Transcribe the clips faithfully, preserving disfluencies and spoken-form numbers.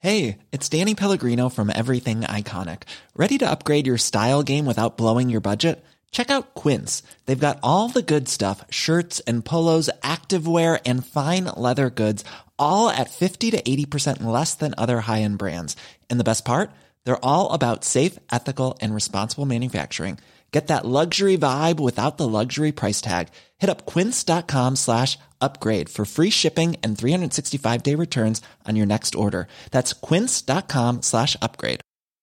Hey, it's Danny Pellegrino from Everything Iconic. Ready to upgrade your style game without blowing your budget? Check out Quince. They've got all the good stuff, shirts and polos, activewear, and fine leather goods, all at fifty to eighty percent less than other high-end brands. And the best part? They're all about safe, ethical, and responsible manufacturing. Get that luxury vibe without the luxury price tag. Hit up quince.com slash upgrade for free shipping and three sixty-five day returns on your next order. That's quince.com slash upgrade.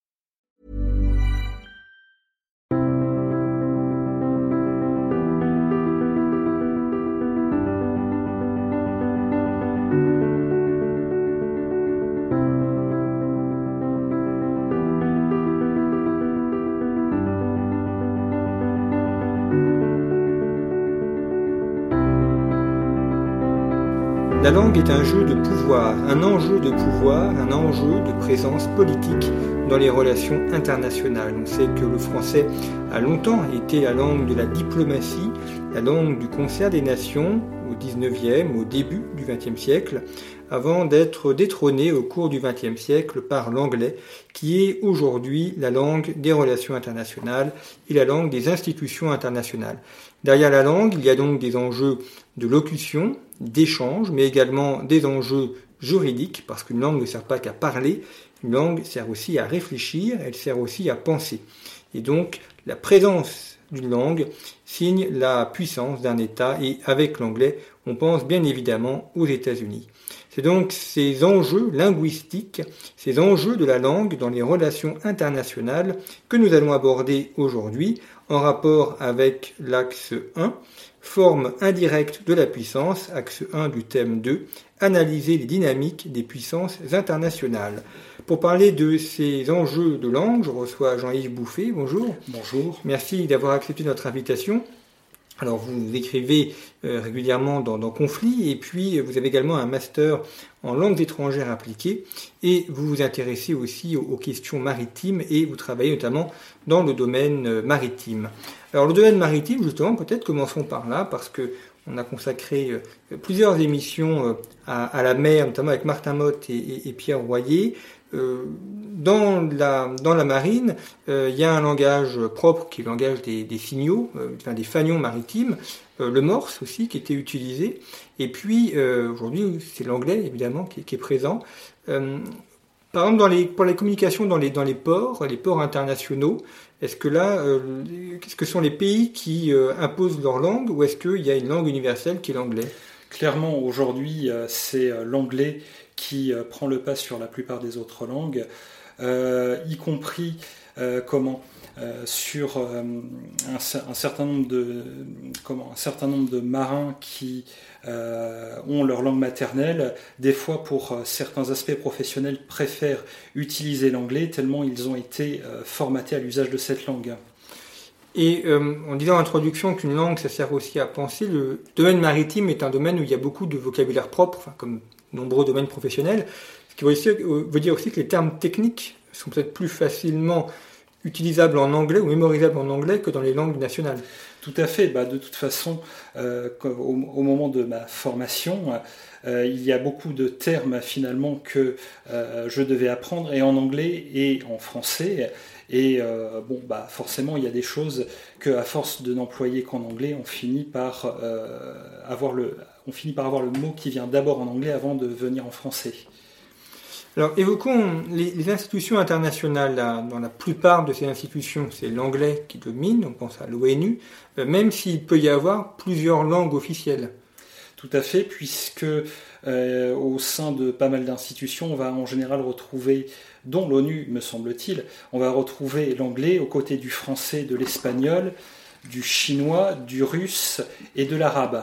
La langue est un jeu de pouvoir, un enjeu de pouvoir, un enjeu de présence politique dans les relations internationales. On sait que le français a longtemps été la langue de la diplomatie, la langue du concert des nations au dix-neuvième, au début du vingtième siècle, avant d'être détrôné au cours du vingtième siècle par l'anglais, qui est aujourd'hui la langue des relations internationales et la langue des institutions internationales. Derrière la langue, il y a donc des enjeux de locution, d'échange, mais également des enjeux juridiques, parce qu'une langue ne sert pas qu'à parler, une langue sert aussi à réfléchir, elle sert aussi à penser. Et donc, la présence d'une langue signe la puissance d'un État, et avec l'anglais, on pense bien évidemment aux États-Unis. C'est donc ces enjeux linguistiques, ces enjeux de la langue dans les relations internationales que nous allons aborder aujourd'hui en rapport avec l'axe un, forme indirecte de la puissance, axe un du thème deux, analyser les dynamiques des puissances internationales. Pour parler de ces enjeux de langue, je reçois Jean-Yves Bouffé. Bonjour. Bonjour. Merci d'avoir accepté notre invitation. Alors, vous écrivez euh, régulièrement dans, dans Conflit, et puis vous avez également un master en langues étrangères appliquées, et vous vous intéressez aussi aux, aux questions maritimes, et vous travaillez notamment dans le domaine euh, maritime. Alors, le domaine maritime, justement, peut-être commençons par là, parce que on a consacré euh, plusieurs émissions euh, à, à la mer, notamment avec Martin Motte et, et, et Pierre Royer. Euh, dans la dans la marine, euh, il y a un langage propre qui est le langage des, des signaux, euh, enfin des fanions maritimes, euh, le morse aussi qui était utilisé, et puis euh, aujourd'hui c'est l'anglais évidemment qui, qui est présent. Euh, par exemple dans les pour les communications dans les dans les ports, les ports internationaux, est-ce que là, euh, qu'est-ce que sont les pays qui euh, imposent leur langue, ou est-ce qu'il y a une langue universelle qui est l'anglais ? Clairement, aujourd'hui, euh, c'est euh, l'anglais qui euh, prend le pas sur la plupart des autres langues, euh, y compris euh, comment euh, sur euh, un, un certain nombre de comment un certain nombre de marins qui euh, ont leur langue maternelle. Des fois, pour euh, certains aspects professionnels, préfèrent utiliser l'anglais tellement ils ont été euh, formatés à l'usage de cette langue. Et euh, on disait en introduction qu'une langue, ça sert aussi à penser. Le domaine maritime est un domaine où il y a beaucoup de vocabulaire propre, enfin, comme nombreux domaines professionnels, ce qui veut, aussi, veut dire aussi que les termes techniques sont peut-être plus facilement utilisables en anglais ou mémorisables en anglais que dans les langues nationales. Tout à fait. Bah, de toute façon, euh, au, au moment de ma formation, euh, il y a beaucoup de termes finalement que euh, je devais apprendre, et en anglais et en français. Et euh, bon, bah forcément, il y a des choses que, à force de n'employer qu'en anglais, on finit par euh, avoir le, on finit par avoir le mot qui vient d'abord en anglais avant de venir en français. Alors, évoquons les, les institutions internationales. Là, dans la plupart de ces institutions, c'est l'anglais qui domine. On pense à l'ONU, euh, même s'il peut y avoir plusieurs langues officielles. Tout à fait, puisque euh, au sein de pas mal d'institutions, on va en général retrouver, dont l'ONU me semble-t-il, on va retrouver l'anglais aux côtés du français, de l'espagnol, du chinois, du russe et de l'arabe.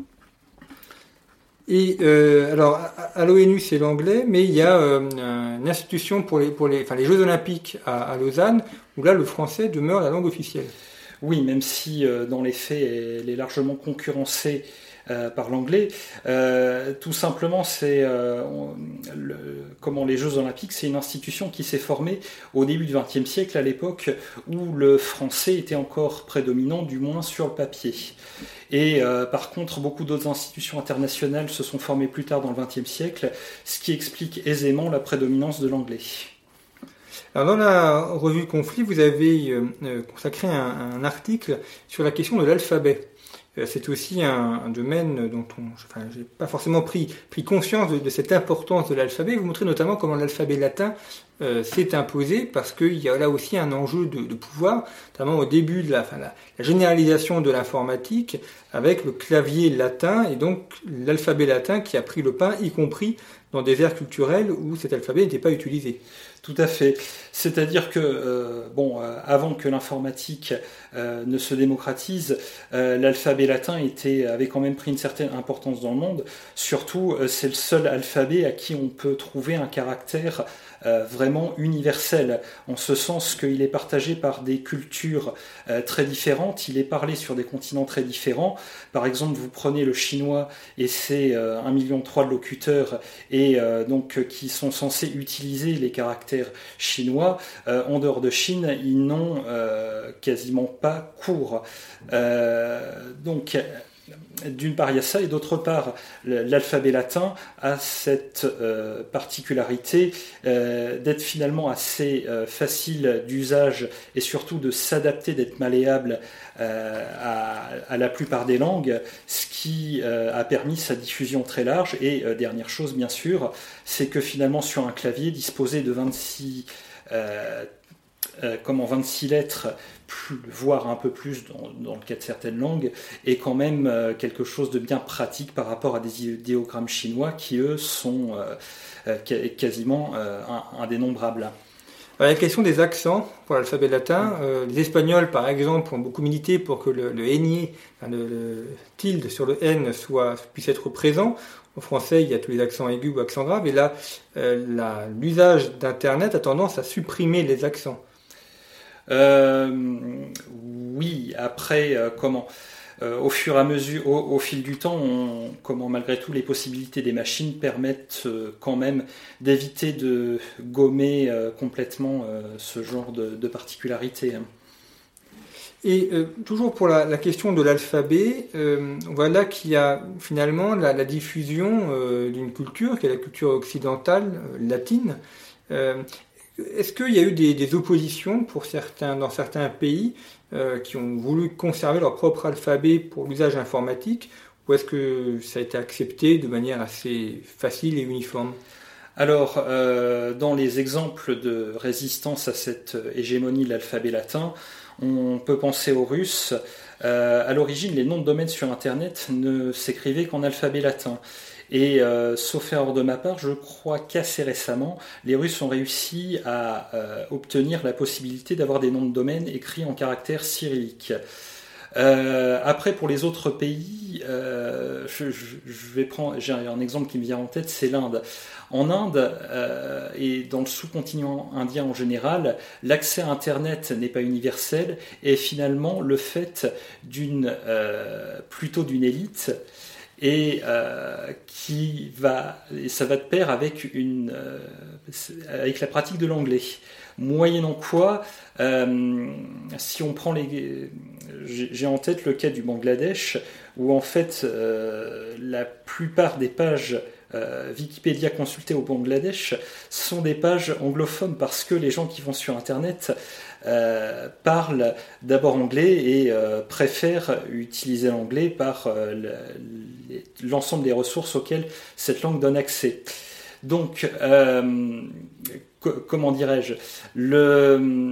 Et euh, alors, à, à l'ONU, c'est l'anglais, mais il y a euh, une institution pour les, pour les, enfin, les Jeux Olympiques à, à Lausanne, où là, le français demeure la langue officielle. Oui, même si euh, dans les faits, elle est largement concurrencée euh, par l'anglais. Euh, tout simplement, c'est euh, on, le, comment les Jeux Olympiques, c'est une institution qui s'est formée au début du vingtième siècle, à l'époque où le français était encore prédominant, du moins sur le papier. Et euh, par contre, beaucoup d'autres institutions internationales se sont formées plus tard dans le vingtième siècle, ce qui explique aisément la prédominance de l'anglais. Alors dans la revue Conflit, vous avez euh, consacré un, un article sur la question de l'alphabet. Euh, c'est aussi un, un domaine dont on, enfin, j'ai pas forcément pris, pris conscience de, de cette importance de l'alphabet. Vous montrez notamment comment l'alphabet latin euh, s'est imposé, parce qu'il y a là aussi un enjeu de, de pouvoir, notamment au début de la, enfin, la, la généralisation de l'informatique, avec le clavier latin, et donc l'alphabet latin qui a pris le pas, y compris dans des aires culturelles où cet alphabet n'était pas utilisé. Tout à fait. C'est-à-dire que, euh, bon, euh, avant que l'informatique euh, ne se démocratise, euh, l'alphabet latin était, avait quand même pris une certaine importance dans le monde. Surtout, euh, c'est le seul alphabet à qui on peut trouver un caractère euh, vraiment universel, en ce sens qu'il est partagé par des cultures euh, très différentes, il est parlé sur des continents très différents. Par exemple, vous prenez le chinois, et c'est euh, un million trois de locuteurs, et euh, donc qui sont censés utiliser les caractères chinois. Euh, en dehors de Chine, ils n'ont euh, quasiment pas cours. Euh, donc, d'une part, il y a ça, et d'autre part, l'alphabet latin a cette euh, particularité euh, d'être finalement assez euh, facile d'usage et surtout de s'adapter, d'être malléable euh, à, à la plupart des langues, ce qui euh, a permis sa diffusion très large. Et euh, dernière chose, bien sûr, c'est que finalement, sur un clavier disposé de vingt-six, euh, euh, comment, vingt-six lettres, plus, voire un peu plus dans, dans le cas de certaines langues, est quand même euh, quelque chose de bien pratique par rapport à des idéogrammes chinois qui, eux, sont euh, quasiment euh, indénombrables. Alors, la question des accents pour l'alphabet latin, euh, les Espagnols, par exemple, ont beaucoup milité pour que le, le hennier, enfin, le, le tilde sur le N soit, puisse être présent. En français, il y a tous les accents aigus ou accents graves, et là, euh, la, l'usage d'Internet a tendance à supprimer les accents. Euh, oui, après, euh, comment euh, au fur et à mesure, au, au fil du temps, on, comment malgré tout, les possibilités des machines permettent euh, quand même d'éviter de gommer euh, complètement euh, ce genre de, de particularité. Et euh, toujours pour la, la question de l'alphabet, euh, voilà qu'il y a finalement la, la diffusion euh, d'une culture, qui est la culture occidentale, euh, latine. Euh, Est-ce qu'il y a eu des, des oppositions pour certains, dans certains pays euh, qui ont voulu conserver leur propre alphabet pour l'usage informatique, ou est-ce que ça a été accepté de manière assez facile et uniforme ? Alors, euh, dans les exemples de résistance à cette hégémonie de l'alphabet latin, on peut penser aux Russes. Euh, à l'origine, les noms de domaine sur Internet ne s'écrivaient qu'en alphabet latin. Et euh, sauf erreur de ma part, je crois qu'assez récemment, les Russes ont réussi à euh, obtenir la possibilité d'avoir des noms de domaine écrits en caractère cyrillique. Euh, après, pour les autres pays, euh, je, je, je vais prendre, j'ai un exemple qui me vient en tête, c'est l'Inde. En Inde euh, et dans le sous-continent indien en général, l'accès à Internet n'est pas universel, et finalement le fait d'une euh, plutôt d'une élite. Et euh, qui va, et ça va de pair avec une, euh, avec la pratique de l'anglais. Moyennant quoi, euh, si on prend les, j'ai en tête le cas du Bangladesh, où en fait euh, la plupart des pages euh, Wikipédia consultées au Bangladesh sont des pages anglophones, parce que les gens qui vont sur Internet Euh, parlent d'abord anglais et euh, préfèrent utiliser l'anglais par euh, le, l'ensemble des ressources auxquelles cette langue donne accès. Donc, euh, co- comment dirais-je, le,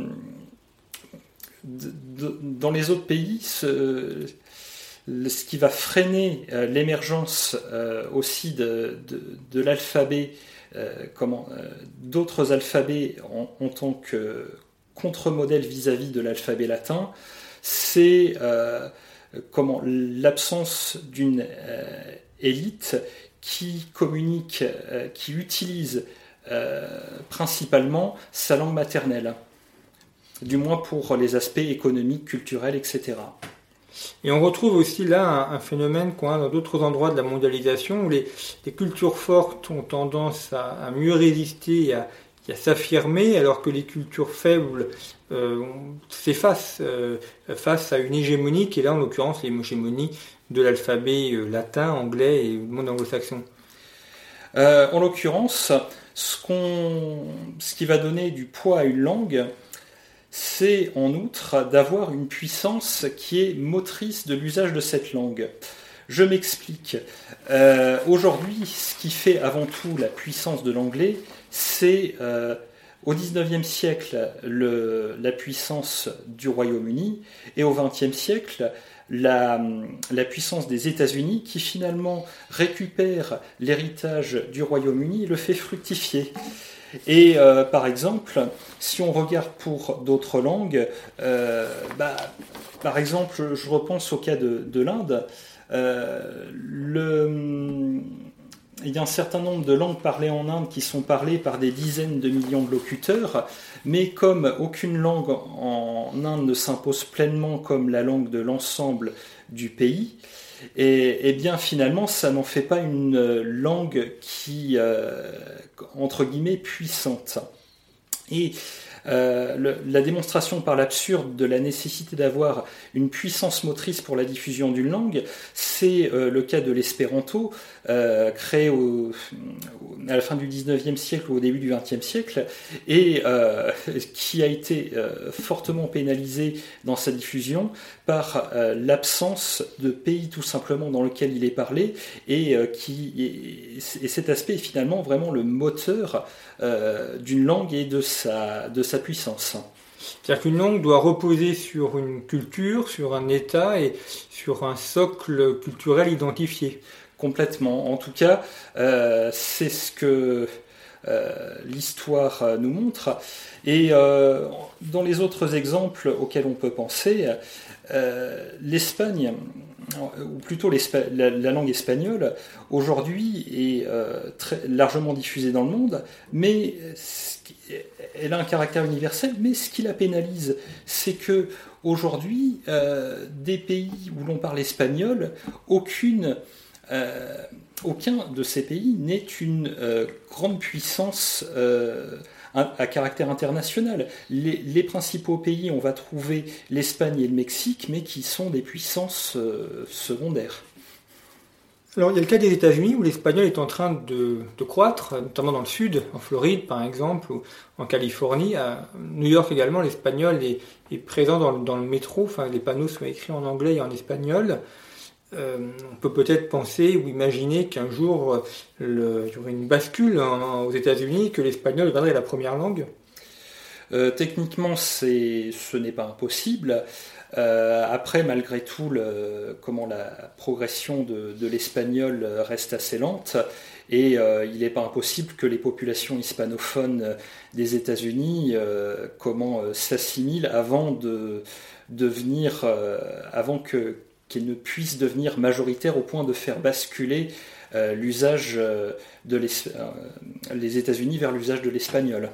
d- d- dans les autres pays, ce, ce qui va freiner euh, l'émergence euh, aussi de, de, de l'alphabet, euh, comment, euh, d'autres alphabets en, en tant que contre-modèle vis-à-vis de l'alphabet latin, c'est euh, comment, l'absence d'une euh, élite qui communique, euh, qui utilise euh, principalement sa langue maternelle, du moins pour les aspects économiques, culturels, et cetera. Et on retrouve aussi là un, un phénomène qu'on a dans d'autres endroits de la mondialisation, où les, les cultures fortes ont tendance à, à mieux résister et à, et à s'affirmer, alors que les cultures faibles euh, s'effacent euh, face à une hégémonie qui est là, en l'occurrence, l'hégémonie de l'alphabet euh, latin, anglais et du monde anglo-saxon. Euh, en l'occurrence, ce, qu'on, ce qui va donner du poids à une langue, c'est en outre d'avoir une puissance qui est motrice de l'usage de cette langue. Je m'explique. Euh, aujourd'hui, ce qui fait avant tout la puissance de l'anglais, c'est euh, au dix-neuvième siècle le, la puissance du Royaume-Uni et au vingtième siècle la, la puissance des États-Unis qui finalement récupère l'héritage du Royaume-Uni et le fait fructifier. Et euh, par exemple, si on regarde pour d'autres langues, euh, bah, par exemple, je repense au cas de, de l'Inde, euh, le, il y a un certain nombre de langues parlées en Inde qui sont parlées par des dizaines de millions de locuteurs, mais comme aucune langue en Inde ne s'impose pleinement comme la langue de l'ensemble du pays, et, et bien finalement ça n'en fait pas une langue qui, euh, entre guillemets, puissante. Et euh, le, la démonstration par l'absurde de la nécessité d'avoir une puissance motrice pour la diffusion d'une langue, c'est euh, le cas de l'espéranto, euh, créé au, à la fin du dix-neuvième siècle ou au début du vingtième siècle, et euh, qui a été euh, fortement pénalisé dans sa diffusion par euh, l'absence de pays tout simplement dans lequel il est parlé, et, euh, qui, et, et cet aspect est finalement vraiment le moteur euh, d'une langue et de sa, de sa puissance. C'est-à-dire qu'une langue doit reposer sur une culture, sur un état et sur un socle culturel identifié. Complètement. En tout cas, euh, c'est ce que euh, l'histoire nous montre. Et euh, dans les autres exemples auxquels on peut penser, euh, l'Espagne, ou plutôt la, la langue espagnole, aujourd'hui est euh, très largement diffusée dans le monde, mais elle a un caractère universel, mais ce qui la pénalise, c'est que aujourd'hui, euh, des pays où l'on parle espagnol, aucune Euh, aucun de ces pays n'est une euh, grande puissance euh, à, à caractère international. Les, les principaux pays, on va trouver l'Espagne et le Mexique, mais qui sont des puissances euh, secondaires. Alors, il y a le cas des États-Unis où l'espagnol est en train de, de croître, notamment dans le sud, en Floride par exemple, ou en Californie. À New York également, l'espagnol est, est présent dans, dans le métro. Enfin, les panneaux sont écrits en anglais et en espagnol. Euh, on peut peut-être penser ou imaginer qu'un jour le, il y aurait une bascule en, aux États-Unis, que l'espagnol deviendrait la première langue. Euh, techniquement, c'est, ce n'est pas impossible. Euh, après, malgré tout, le, comment la progression de, de l'espagnol reste assez lente, et euh, il n'est pas impossible que les populations hispanophones des États-Unis euh, comment euh, s'assimilent avant de devenir, euh, avant que qu'elle ne puisse devenir majoritaire au point de faire basculer euh, l'usage euh, de l'es- euh, les États-Unis vers l'usage de l'espagnol.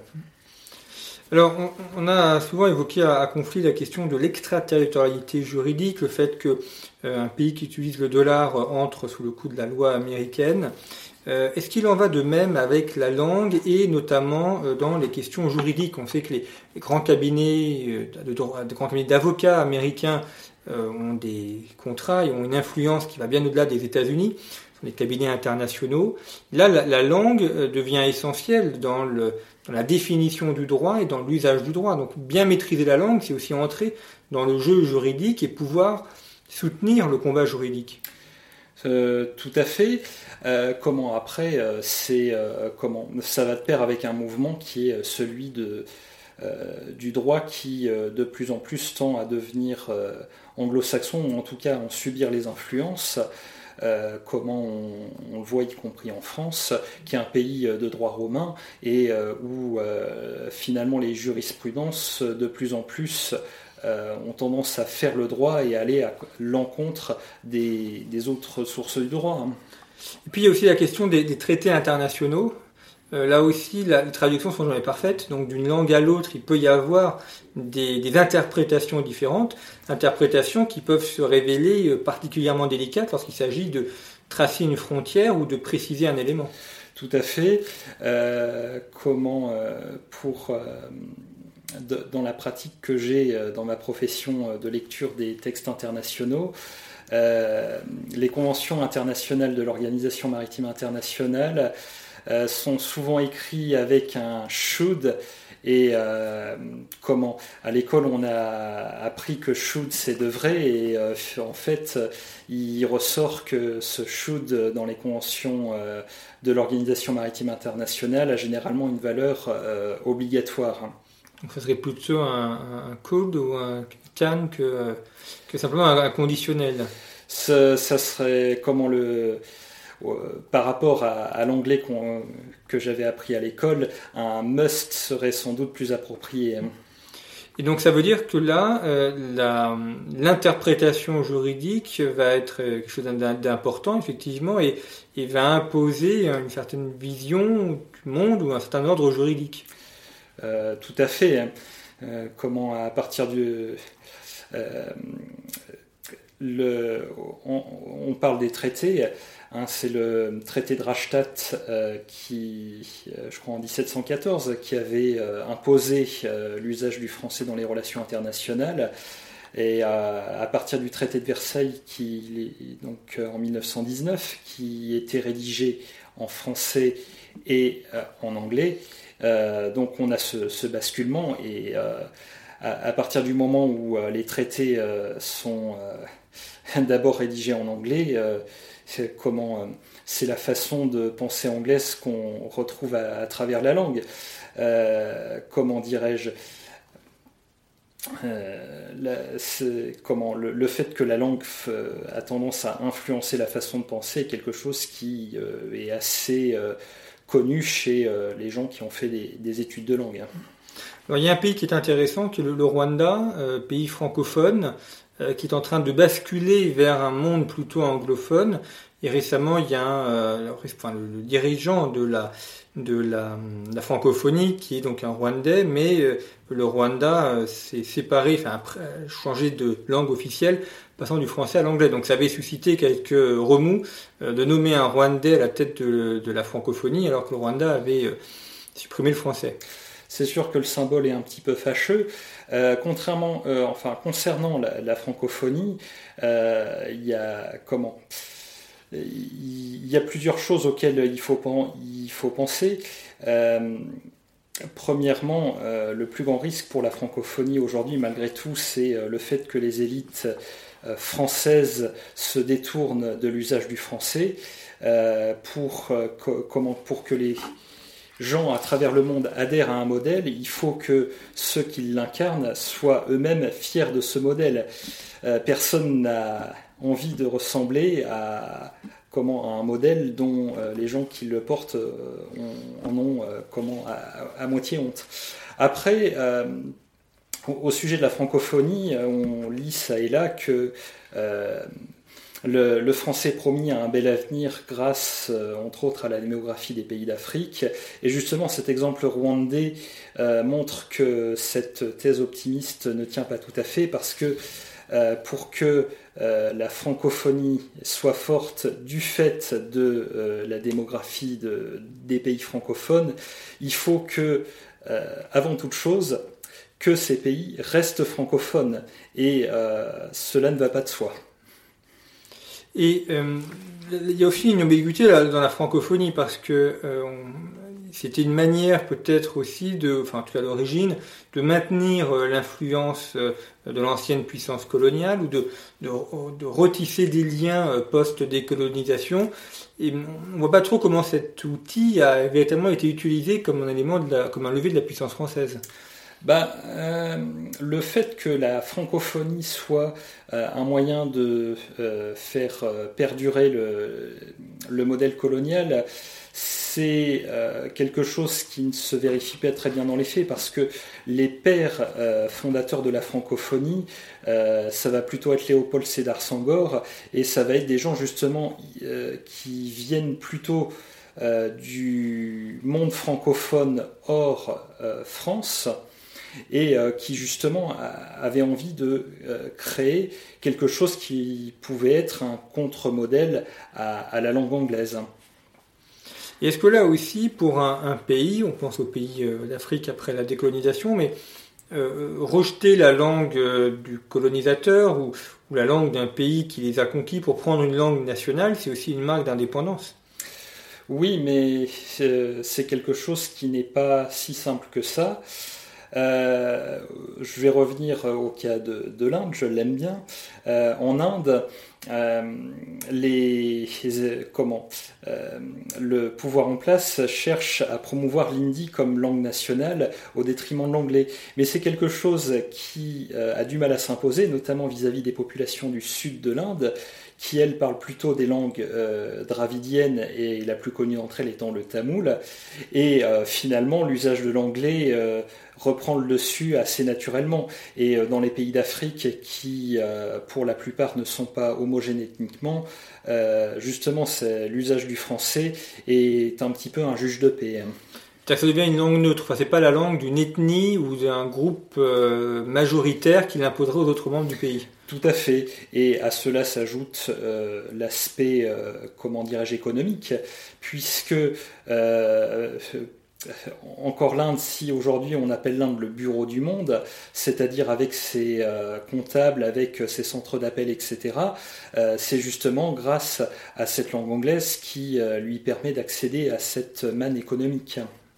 Alors, on, on a souvent évoqué à, à conflit la question de l'extraterritorialité juridique, le fait que euh, un pays qui utilise le dollar euh, entre sous le coup de la loi américaine. Euh, est-ce qu'il en va de même avec la langue et notamment euh, dans les questions juridiques? On sait que les, les grands cabinets, euh, de, de, de grands cabinets d'avocats américains euh, ont des contrats et ont une influence qui va bien au-delà des États-Unis, ce sont des cabinets internationaux. Là, la, la langue euh, devient essentielle dans, le, dans la définition du droit et dans l'usage du droit. Donc, bien maîtriser la langue, c'est aussi entrer dans le jeu juridique et pouvoir soutenir le combat juridique. Euh, tout à fait. Euh, comment après, euh, c'est euh, comment ça va de pair avec un mouvement qui est celui de euh, du droit qui euh, de plus en plus tend à devenir euh, anglo-saxon, ou en tout cas à en subir les influences. Euh, comment on, on le voit y compris en France, qui est un pays de droit romain et euh, où euh, finalement les jurisprudences de plus en plus Euh, ont tendance à faire le droit et à aller à l'encontre des, des autres sources du droit. Et puis il y a aussi la question des, des traités internationaux. euh, là aussi, la, les traductions sont jamais parfaites. Donc, d'une langue à l'autre, il peut y avoir des, des interprétations différentes, interprétations qui peuvent se révéler euh, particulièrement délicates lorsqu'il s'agit de tracer une frontière ou de préciser un élément. Tout à fait. Euh, comment, euh, pour... Euh, de, dans la pratique que j'ai euh, dans ma profession de lecture des textes internationaux, euh, les conventions internationales de l'Organisation maritime internationale euh, sont souvent écrites avec un should. Et euh, comment à l'école on a appris que should c'est devrait, et euh, en fait il ressort que ce should dans les conventions euh, de l'Organisation maritime internationale a généralement une valeur euh, obligatoire. Donc ça serait plutôt un, un code ou un can que, que simplement un, un conditionnel. Ça, ça serait comment le par rapport à, à l'anglais qu'on, que j'avais appris à l'école, un must serait sans doute plus approprié. Et donc ça veut dire que là, euh, la, l'interprétation juridique va être quelque chose d'important, effectivement, et, et va imposer une certaine vision du monde ou un certain ordre juridique. Euh, tout à fait. Hein. Euh, comment, à partir du... Euh, le, on, on parle des traités. Hein, c'est le traité de Rastatt euh, qui, euh, je crois en dix-sept cent quatorze, qui avait euh, imposé euh, l'usage du français dans les relations internationales. Et euh, à partir du traité de Versailles, qui, donc euh, en dix-neuf cent dix-neuf, qui était rédigé en français et euh, en anglais, euh, donc on a ce, ce basculement. Et euh, à, à partir du moment où euh, les traités euh, sont euh, d'abord rédigés en anglais, euh, C'est, comment, euh, c'est la façon de penser anglaise qu'on retrouve à, à travers la langue. Euh, comment dirais-je euh, la, c'est, comment, le, le fait que la langue f, a tendance à influencer la façon de penser est quelque chose qui euh, est assez euh, connu chez euh, les gens qui ont fait des, des études de langue. Hein. Alors, il y a un pays qui est intéressant, qui est le, le Rwanda, euh, pays francophone, euh, qui est en train de basculer vers un monde plutôt anglophone. Et récemment, il y a un, euh, enfin, le, le dirigeant de la, de la, la francophonie, qui est donc un Rwandais, mais euh, le Rwanda euh, s'est séparé, enfin, après, changé de langue officielle, passant du français à l'anglais. Donc ça avait suscité quelques remous euh, de nommer un Rwandais à la tête de, de la francophonie, alors que le Rwanda avait euh, supprimé le français. C'est sûr que le symbole est un petit peu fâcheux. Euh, contrairement, euh, enfin, concernant la, la francophonie, euh, il y a comment Il y a plusieurs choses auxquelles il faut, il faut penser. Euh, premièrement, euh, le plus grand risque pour la francophonie aujourd'hui, malgré tout, c'est euh, le fait que les élites euh, françaises se détournent de l'usage du français euh, pour, euh, co- comment, pour que les gens à travers le monde adhèrent à un modèle. Il faut que ceux qui l'incarnent soient eux-mêmes fiers de ce modèle. Euh, personne n'a envie de ressembler à, comment, à un modèle dont euh, les gens qui le portent euh, en, en ont euh, comment, à, à moitié honte. Après, euh, au, au sujet de la francophonie, on lit ça et là que euh, le, le français promis a un bel avenir grâce, euh, entre autres, à la démographie des pays d'Afrique. Et justement, cet exemple rwandais euh, montre que cette thèse optimiste ne tient pas tout à fait, parce que Euh, pour que euh, la francophonie soit forte du fait de euh, la démographie de, des pays francophones, il faut que, euh, avant toute chose, que ces pays restent francophones. Et euh, cela ne va pas de soi. Et euh, il y a aussi une ambiguïté là, dans la francophonie, parce que euh, on, c'était une manière peut-être aussi de, enfin en tout cas à l'origine, de maintenir euh, l'influence euh, de l'ancienne puissance coloniale, ou de, de, de retisser des liens euh, post-décolonisation. Et on ne voit pas trop comment cet outil a véritablement été utilisé comme un élément de la, comme un levier de la puissance française. Ben, euh, le fait que la francophonie soit euh, un moyen de euh, faire euh, perdurer le, le modèle colonial, c'est euh, quelque chose qui ne se vérifie pas très bien dans les faits, parce que les pères euh, fondateurs de la francophonie, euh, ça va plutôt être Léopold Sédar Senghor, et ça va être des gens justement euh, qui viennent plutôt euh, du monde francophone hors euh, France, et euh, qui justement a, avait envie de euh, créer quelque chose qui pouvait être un contre-modèle à, à la langue anglaise. Et est-ce que là aussi, pour un, un pays, on pense aux pays euh, d'Afrique après la décolonisation, mais euh, rejeter la langue euh, du colonisateur ou, ou la langue d'un pays qui les a conquis pour prendre une langue nationale, c'est aussi une marque d'indépendance? Oui, mais c'est, c'est quelque chose qui n'est pas si simple que ça. Euh, je vais revenir au cas de, de l'Inde, je l'aime bien. Euh, en Inde, euh, les, les, comment, euh, le pouvoir en place cherche à promouvoir l'hindi comme langue nationale au détriment de l'anglais. Mais c'est quelque chose qui euh, a du mal à s'imposer, notamment vis-à-vis des populations du sud de l'Inde, qui, elles, parlent plutôt des langues euh, dravidiennes, et la plus connue d'entre elles étant le tamoul. Et euh, finalement, l'usage de l'anglais euh, reprend le dessus assez naturellement. Et euh, dans les pays d'Afrique, qui, euh, pour la plupart, ne sont pas homogènes ethniquement, euh, justement, c'est, l'usage du français est un petit peu un juge de paix. Ça devient une langue neutre. Enfin, c'est pas la langue d'une ethnie ou d'un groupe euh, majoritaire qui l'imposerait aux autres membres du pays. Tout à fait. Et à cela s'ajoute euh, l'aspect, euh, comment dirais-je, économique, puisque euh, encore l'Inde, si aujourd'hui on appelle l'Inde le bureau du monde, c'est-à-dire avec ses euh, comptables, avec ses centres d'appel, et cetera, euh, c'est justement grâce à cette langue anglaise qui euh, lui permet d'accéder à cette manne économique.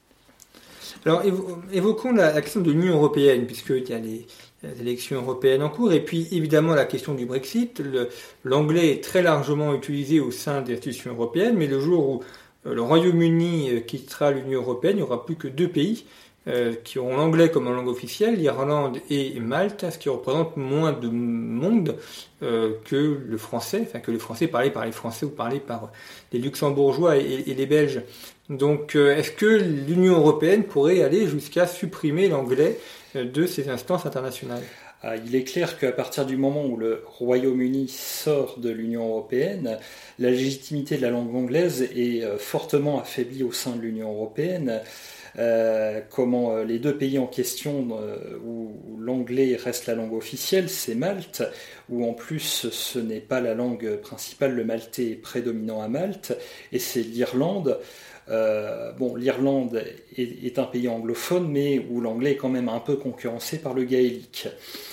Alors, évoquons la, la question de l'Union européenne, puisqu'il y a les, les élections européennes en cours, et puis évidemment la question du Brexit. Le, l'anglais est très largement utilisé au sein des institutions européennes, mais le jour où le Royaume-Uni quittera l'Union européenne, il n'y aura plus que deux pays euh, qui auront l'anglais comme langue officielle, l'Irlande et Malte, ce qui représente moins de monde euh, que le français, enfin que le français parlé par les Français ou parlé par les Luxembourgeois et, et les Belges. Donc, euh, est-ce que l'Union européenne pourrait aller jusqu'à supprimer l'anglais euh, de ses instances internationales ? Ah, il est clair qu'à partir du moment où le Royaume-Uni sort de l'Union européenne, la légitimité de la langue anglaise est euh, fortement affaiblie au sein de l'Union européenne. Euh, comment euh, les deux pays en question euh, où l'anglais reste la langue officielle, c'est Malte, où en plus ce n'est pas la langue principale, le maltais est prédominant à Malte, et c'est l'Irlande. Euh, bon, l'Irlande est, est un pays anglophone, mais où l'anglais est quand même un peu concurrencé par le gaélique.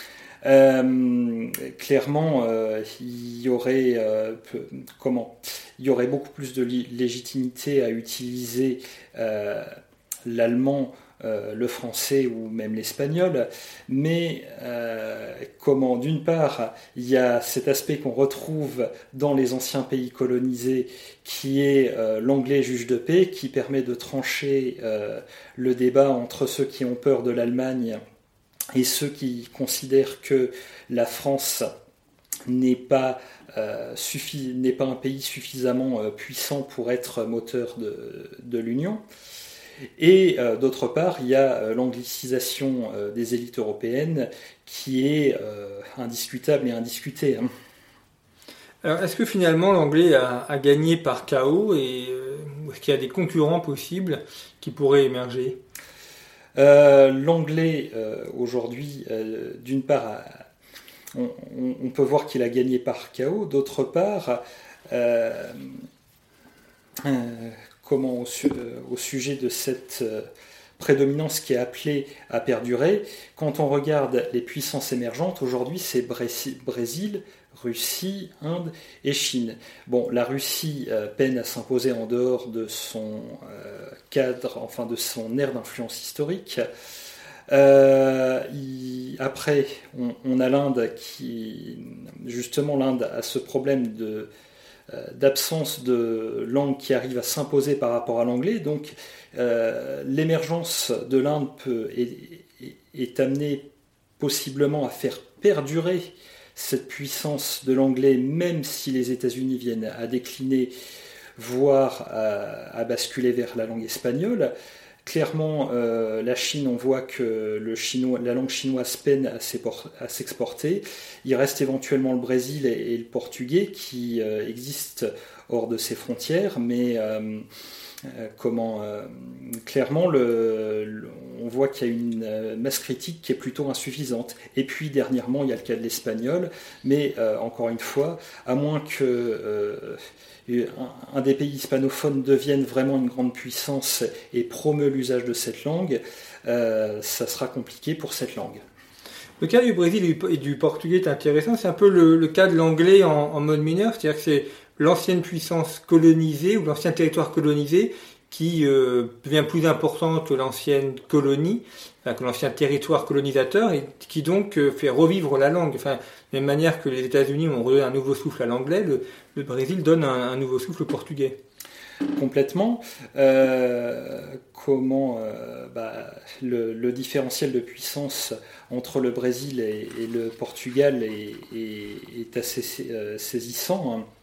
Euh, clairement, euh, il y aurait euh, peu, comment il y aurait beaucoup plus de li- légitimité à utiliser euh, l'allemand, euh, le français ou même l'espagnol, mais euh, comment, d'une part, il y a cet aspect qu'on retrouve dans les anciens pays colonisés, qui est euh, l'anglais juge de paix, qui permet de trancher euh, le débat entre ceux qui ont peur de l'Allemagne et ceux qui considèrent que la France n'est pas, euh, suffi- n'est pas un pays suffisamment euh, puissant pour être moteur de, de l'Union. Et euh, d'autre part, il y a euh, l'anglicisation euh, des élites européennes qui est euh, indiscutable et indiscutée. Hein. Alors, est-ce que finalement l'anglais a, a gagné par chaos et euh, est-ce qu'il y a des concurrents possibles qui pourraient émerger ? Euh, l'anglais, euh, aujourd'hui, euh, d'une part, a, on, on peut voir qu'il a gagné par chaos, d'autre part, euh, euh, comment au, su- au sujet de cette euh, prédominance qui est appelée à perdurer, quand on regarde les puissances émergentes, aujourd'hui c'est Brésil, Brésil Russie, Inde et Chine. Bon, la Russie euh, peine à s'imposer en dehors de son euh, cadre, enfin de son aire d'influence historique. Euh, il, après, on, on a l'Inde qui, justement, l'Inde a ce problème de, euh, d'absence de langue qui arrive à s'imposer par rapport à l'anglais. Donc, euh, l'émergence de l'Inde peut, est, est, est amenée possiblement à faire perdurer cette puissance de l'anglais, même si les États-Unis viennent à décliner, voire à, à basculer vers la langue espagnole. Clairement, euh, la Chine, on voit que le chinois, la langue chinoise peine à, à s'exporter. Il reste éventuellement le Brésil et, et le portugais qui euh, existent hors de ses frontières, mais euh, euh, comment euh, clairement le, le, on voit qu'il y a une euh, masse critique qui est plutôt insuffisante. Et puis dernièrement, il y a le cas de l'espagnol, mais euh, encore une fois, à moins que euh, un, un des pays hispanophones devienne vraiment une grande puissance et promeut l'usage de cette langue, euh, ça sera compliqué pour cette langue. Le cas du Brésil et du portugais est intéressant, c'est un peu le, le cas de l'anglais en, en mode mineur, c'est-à-dire que c'est l'ancienne puissance colonisée ou l'ancien territoire colonisé qui euh, devient plus important que l'ancienne colonie, enfin, que l'ancien territoire colonisateur, et qui donc euh, fait revivre la langue. Enfin, de la même manière que les États-Unis ont redonné un nouveau souffle à l'anglais, le, le Brésil donne un, un nouveau souffle au portugais. Complètement. Euh, comment euh, bah, le, le différentiel de puissance entre le Brésil et, et le Portugal est, est, est assez euh, saisissant. Hein.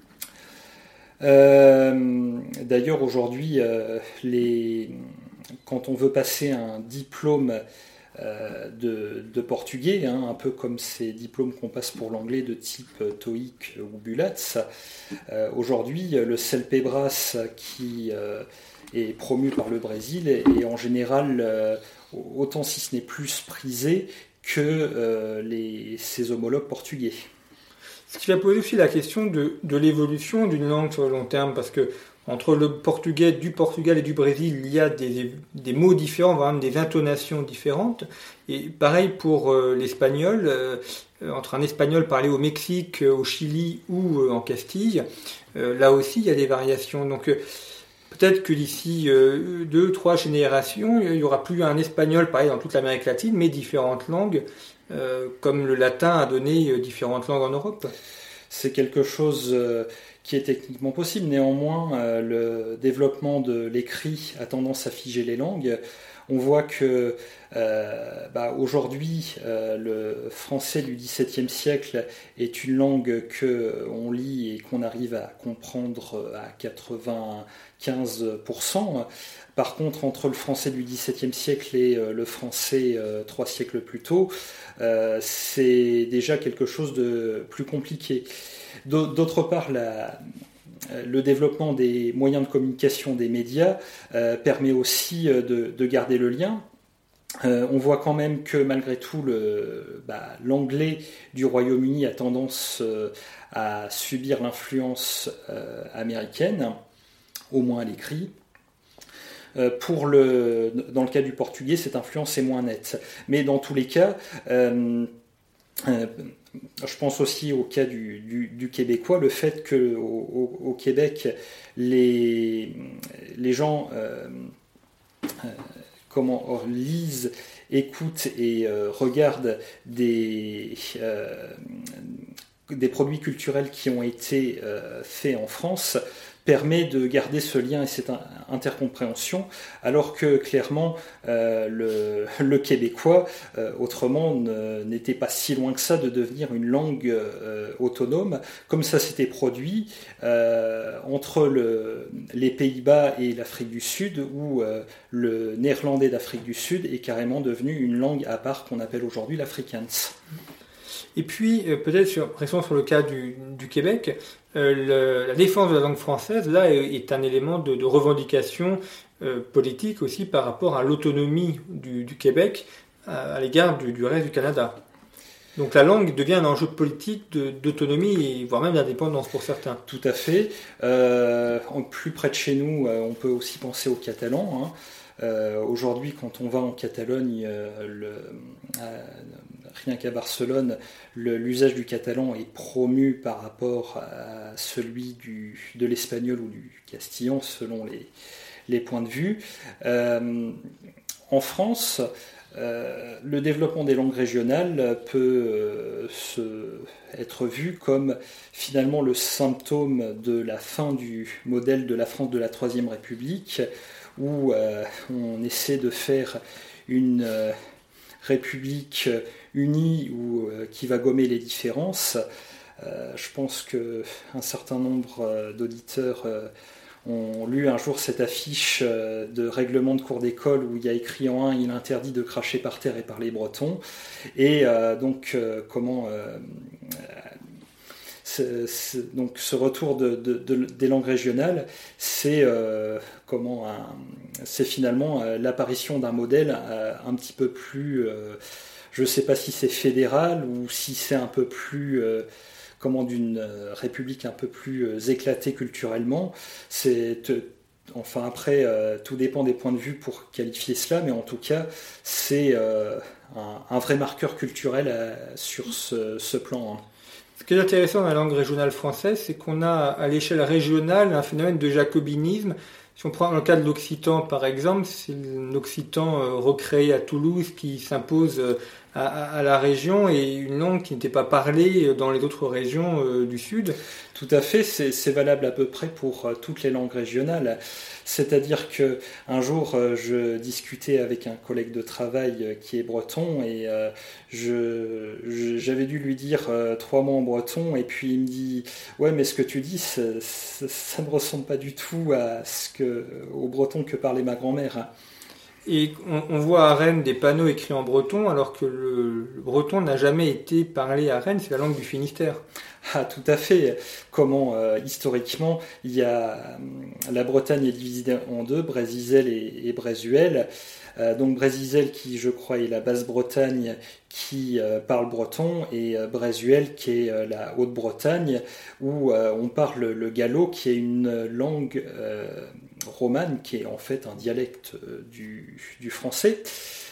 Euh, d'ailleurs, aujourd'hui, euh, les, quand on veut passer un diplôme euh, de, de portugais, hein, un peu comme ces diplômes qu'on passe pour l'anglais de type TOEIC ou BULATS, euh, aujourd'hui, le CELPEBRAS qui euh, est promu par le Brésil est, est en général euh, autant si ce n'est plus prisé que euh, les, ses homologues portugais. Ce qui va poser aussi la question de, de l'évolution d'une langue sur le long terme, parce que entre le portugais du Portugal et du Brésil, il y a des, des mots différents, voire même des intonations différentes. Et pareil pour euh, l'espagnol, euh, entre un espagnol parlé au Mexique, au Chili ou euh, en Castille, euh, là aussi il y a des variations. Donc euh, peut-être que d'ici euh, deux, trois générations, il n'y aura plus un espagnol pareil dans toute l'Amérique latine, mais différentes langues. Euh, comme le latin a donné euh, différentes langues en Europe. C'est quelque chose euh, qui est techniquement possible. Néanmoins, euh, le développement de l'écrit a tendance à figer les langues. On voit que euh, bah, aujourd'hui, euh, le français du dix-septième siècle est une langue qu'on lit et qu'on arrive à comprendre à quatre-vingt-quinze pour cent. Par contre, entre le français du dix-septième siècle et euh, le français euh, trois siècles plus tôt, euh, c'est déjà quelque chose de plus compliqué. D'autre part, la, le développement des moyens de communication des médias euh, permet aussi de, de garder le lien. Euh, on voit quand même que malgré tout, le, bah, l'anglais du Royaume-Uni a tendance euh, à subir l'influence euh, américaine, au moins à l'écrit. Pour le, dans le cas du portugais, cette influence est moins nette. Mais dans tous les cas, euh, euh, je pense aussi au cas du, du, du québécois, le fait qu'au au, au Québec, les, les gens euh, euh, comment, lisent, écoutent et euh, regardent des... Euh, des produits culturels qui ont été euh, faits en France permet de garder ce lien et cette intercompréhension, alors que clairement euh, le, le québécois euh, autrement ne, n'était pas si loin que ça de devenir une langue euh, autonome, comme ça s'était produit euh, entre le, les Pays-Bas et l'Afrique du Sud, où euh, le néerlandais d'Afrique du Sud est carrément devenu une langue à part qu'on appelle aujourd'hui l'afrikaans. Et puis, euh, peut-être, sur, restons sur le cas du, du Québec, euh, le, la défense de la langue française, là, est un élément de, de revendication euh, politique aussi par rapport à l'autonomie du, du Québec à, à l'égard du, du reste du Canada. Donc la langue devient un enjeu politique de, d'autonomie, et voire même d'indépendance pour certains. Tout à fait. Euh, plus près de chez nous, on peut aussi penser aux Catalans. Hein. Euh, aujourd'hui, quand on va en Catalogne, euh, le, euh, rien qu'à Barcelone, le, l'usage du catalan est promu par rapport à celui du, de l'espagnol ou du castillan, selon les, les points de vue. Euh, en France, euh, le développement des langues régionales peut euh, se, être vu comme finalement le symptôme de la fin du modèle de la France de la Troisième République, où euh, on essaie de faire une euh, république unie ou euh, qui va gommer les différences. Euh, je pense qu'un certain nombre euh, d'auditeurs euh, ont lu un jour cette affiche euh, de règlement de cours d'école où il y a écrit en un « Il est interdit de cracher par terre et parler breton ». Et euh, donc, euh, comment... Euh, c'est, c'est, donc ce retour de, de, de, des langues régionales, c'est, euh, comment, un, c'est finalement euh, l'apparition d'un modèle euh, un petit peu plus, euh, je ne sais pas si c'est fédéral ou si c'est un peu plus... Euh, comment, d'une euh, république un peu plus euh, éclatée culturellement. C'est... Te, Enfin après, euh, tout dépend des points de vue pour qualifier cela, mais en tout cas, c'est euh, un, un vrai marqueur culturel à, sur ce, ce plan. Hein. Ce qui est intéressant dans la langue régionale française, c'est qu'on a à l'échelle régionale un phénomène de jacobinisme. Si on prend le cas de l'occitan par exemple, c'est l'occitan euh, recréé à Toulouse qui s'impose euh, à, à la région et une langue qui n'était pas parlée dans les autres régions euh, du Sud. Tout à fait, c'est, c'est valable à peu près pour euh, toutes les langues régionales. C'est-à-dire que un jour, euh, je discutais avec un collègue de travail euh, qui est breton et euh, je, je, j'avais dû lui dire euh, trois mots en breton et puis il me dit « Ouais, mais ce que tu dis, ça, ça, ça ne ressemble pas du tout à ce que, au breton que parlait ma grand-mère. » Et on, on voit à Rennes des panneaux écrits en breton, alors que le, le breton n'a jamais été parlé à Rennes, c'est la langue du Finistère. Ah, tout à fait. Comment, euh, historiquement, il y a, la Bretagne est divisée en deux, Brésisel et, et Brésuel. Euh, donc Brésisel qui, je crois, est la Basse-Bretagne qui euh, parle breton, et euh, Brésuel qui est euh, la Haute-Bretagne, où euh, on parle le gallo, qui est une langue euh, romane, qui est en fait un dialecte euh, du, du français.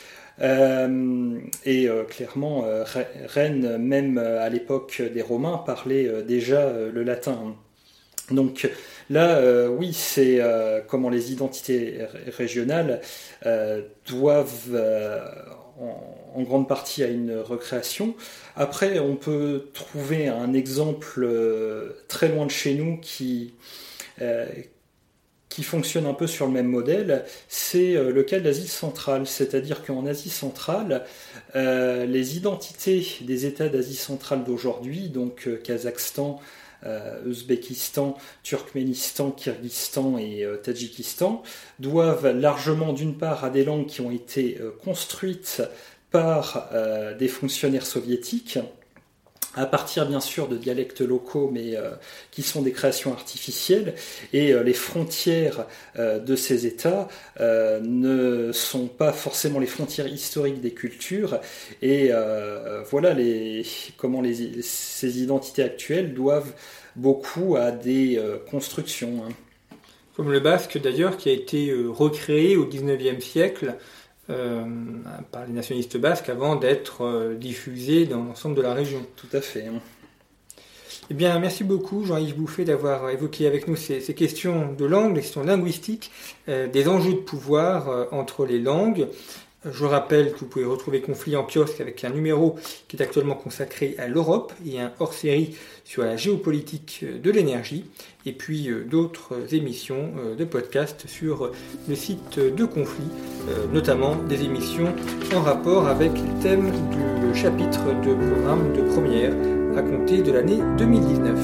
Euh, et euh, clairement, euh, Rennes, même euh, à l'époque des Romains, parlait euh, déjà euh, le latin. Donc là, euh, oui, c'est euh, comment les identités r- régionales euh, doivent euh, en, en grande partie à une recréation. Après, on peut trouver un exemple euh, très loin de chez nous qui... Euh, qui fonctionne un peu sur le même modèle, c'est le cas de l'Asie centrale. C'est-à-dire qu'en Asie centrale, euh, les identités des États d'Asie centrale d'aujourd'hui, donc euh, Kazakhstan, euh, Ouzbékistan, Turkménistan, Kirghizistan et euh, Tadjikistan, doivent largement d'une part à des langues qui ont été euh, construites par euh, des fonctionnaires soviétiques, à partir bien sûr de dialectes locaux, mais euh, qui sont des créations artificielles, et euh, les frontières euh, de ces États euh, ne sont pas forcément les frontières historiques des cultures, et euh, voilà les, comment les, ces identités actuelles doivent beaucoup à des euh, constructions. Hein. Comme le basque d'ailleurs, qui a été euh, recréé au dix-neuvième siècle, Euh, par les nationalistes basques avant d'être euh, diffusé dans l'ensemble de la région. Tout à fait. Eh bien, merci beaucoup Jean-Yves Bouffet d'avoir évoqué avec nous ces, ces questions de langue, des questions linguistiques, euh, des enjeux de pouvoir euh, entre les langues. Je rappelle que vous pouvez retrouver Conflit en kiosque avec un numéro qui est actuellement consacré à l'Europe et un hors-série sur la géopolitique de l'énergie, et puis euh, d'autres émissions euh, de podcast sur le site de Conflit, euh, notamment des émissions en rapport avec les thèmes du chapitre de programme de première à compter de l'année deux mille dix-neuf.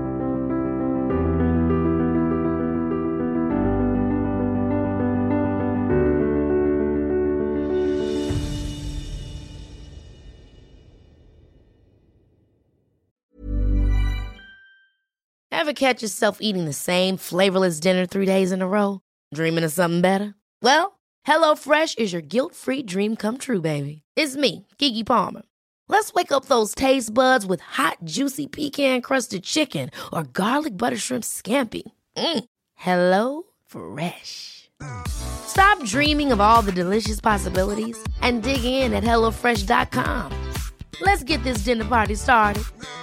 Ever catch yourself eating the same flavorless dinner three days in a row? Dreaming of something better? Well, HelloFresh is your guilt-free dream come true, baby. It's me, Keke Palmer. Let's wake up those taste buds with hot, juicy pecan-crusted chicken or garlic butter shrimp scampi. Mm. Hello Fresh. Stop dreaming of all the delicious possibilities and dig in at hello fresh dot com. Let's get this dinner party started.